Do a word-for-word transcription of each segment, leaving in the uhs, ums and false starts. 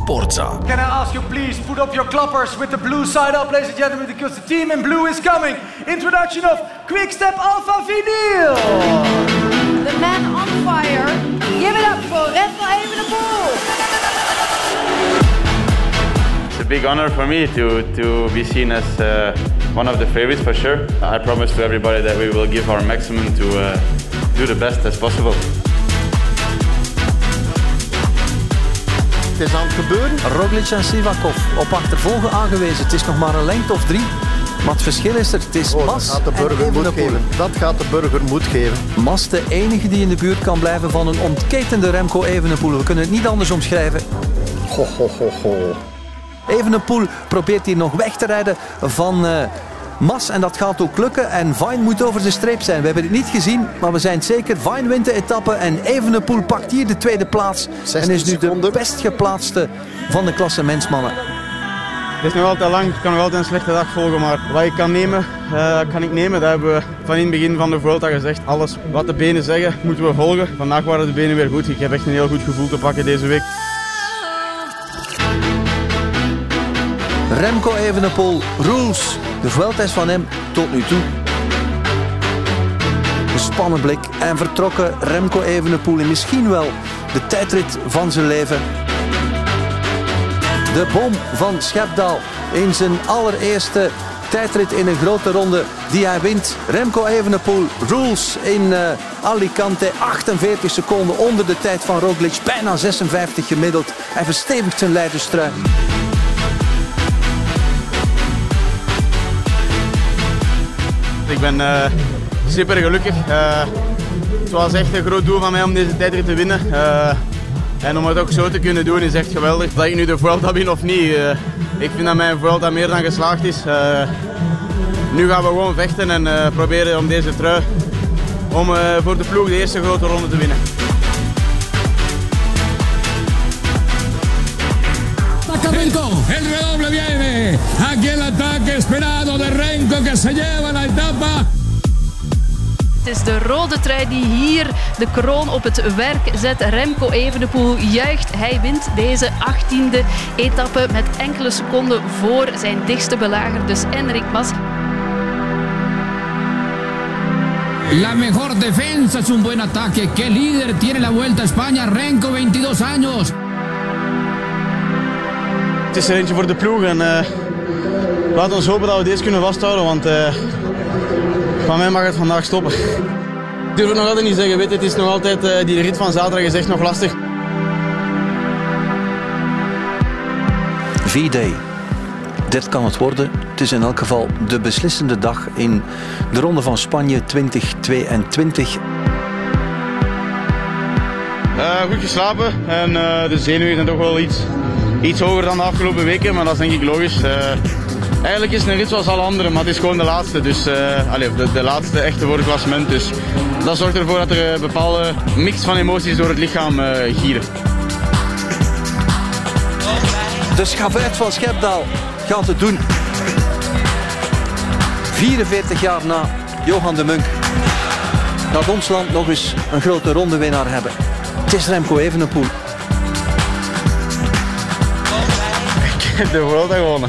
Sportza. Can I ask you please put up your clappers with the blue side up, ladies and gentlemen, because the team in blue is coming. Introduction of Quickstep Alpha Vinyl. The man on fire. Give it up for Remco Evenepoel. It's a big honor for me to, to be seen as uh, one of the favorites for sure. I promise to everybody that we will give our maximum to uh, do the best as possible. Het is aan het gebeuren. Roglic en Sivakov op achtervolgen aangewezen. Het is nog maar een lengte of drie. Maar het verschil is er. Het is oh, Mas dat gaat de burger en moed Evenepoel. geven. Dat gaat de burger moed geven. Mas de enige die in de buurt kan blijven van een ontketende Remco Evenepoel. We kunnen het niet anders omschrijven. Ho, ho, ho, ho. Evenepoel probeert hier nog weg te rijden van uh, Mas en dat gaat ook lukken. En Vine moet over de streep zijn. We hebben het niet gezien, maar we zijn het zeker. Vine wint de etappe en Evenepoel pakt hier de tweede plaats. En is nu de best geplaatste van de klassementsmannen. Het is nog altijd lang, ik kan nog altijd een slechte dag volgen, maar wat ik kan nemen, uh, kan ik nemen. Dat hebben we van in het begin van de Vuelta gezegd. Alles wat de benen zeggen, moeten we volgen. Vandaag waren de benen weer goed. Ik heb echt een heel goed gevoel te pakken deze week. Remco Evenepoel, Rules. De Vuelta is van hem tot nu toe. Een spannen blik en vertrokken Remco Evenepoel in misschien wel de tijdrit van zijn leven. De boom van Schepdaal in zijn allereerste tijdrit in een grote ronde die hij wint. Remco Evenepoel, Rules in uh, Alicante, achtenveertig seconden onder de tijd van Roglic, bijna zesenvijftig gemiddeld. Hij verstevigt zijn leiderstrui. Ik ben uh, super gelukkig. Uh, het was echt een groot doel van mij om deze tijdrit te winnen. Uh, en om het ook zo te kunnen doen is echt geweldig. Dat ik nu de Vuelta win of niet, uh, ik vind dat mijn Vuelta meer dan geslaagd is. Uh, nu gaan we gewoon vechten en uh, proberen om deze trui, om uh, voor de ploeg de eerste grote ronde te winnen. Remco, el redoble viene. Aquí el ataque esperado de Remco que se lleva la etapa. Het is de rode trui die hier de kroon op het werk zet. Remco Evenepoel juicht. Hij wint deze achttiende etappe met enkele seconden voor zijn dichtste belager, dus Enric Mas. La mejor defensa es un buen ataque. ¿Qué líder tiene la Vuelta a España? Remco, veintidós años. Het is er eentje voor de ploeg en uh, laten we hopen dat we deze kunnen vasthouden, want uh, van mij mag het vandaag stoppen. Ik durf het nog altijd niet zeggen, weet je, het is nog altijd, uh, die rit van zaterdag is echt nog lastig. V-Day. Dit kan het worden. Het is in elk geval de beslissende dag in de Ronde van Spanje twintig tweeëntwintig. Uh, goed geslapen en uh, de zenuwen zijn toch wel iets, iets hoger dan de afgelopen weken, maar dat is denk ik logisch. Uh, eigenlijk is het een rit zoals alle andere, maar het is gewoon de laatste, dus, uh, allez, de, de laatste echte voor het klassement. Dus dat zorgt ervoor dat er een bepaalde mix van emoties door het lichaam uh, gieren. De schavuit van Schepdaal gaat het doen. vierenveertig jaar na Johan de Munk. Gaat ons land nog eens een grote rondewinnaar hebben. Het is Remco Evenepoel. Ik heb de Vuelta gewonnen.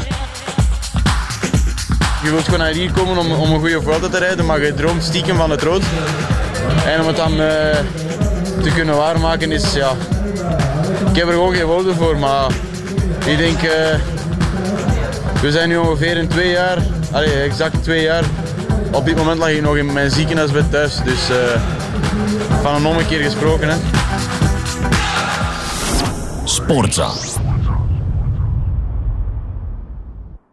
Je wilt gewoon naar hier komen om, om een goede Vuelta te rijden, maar je droomt stiekem van het rood. En om het dan uh, te kunnen waarmaken is, ja... Ik heb er gewoon geen woorden voor, maar ik denk... Uh, we zijn nu ongeveer in twee jaar, allez, exact twee jaar. Op dit moment lag ik nog in mijn ziekenhuisbed thuis, dus uh, van een ommekeer gesproken. Hè. Sportza.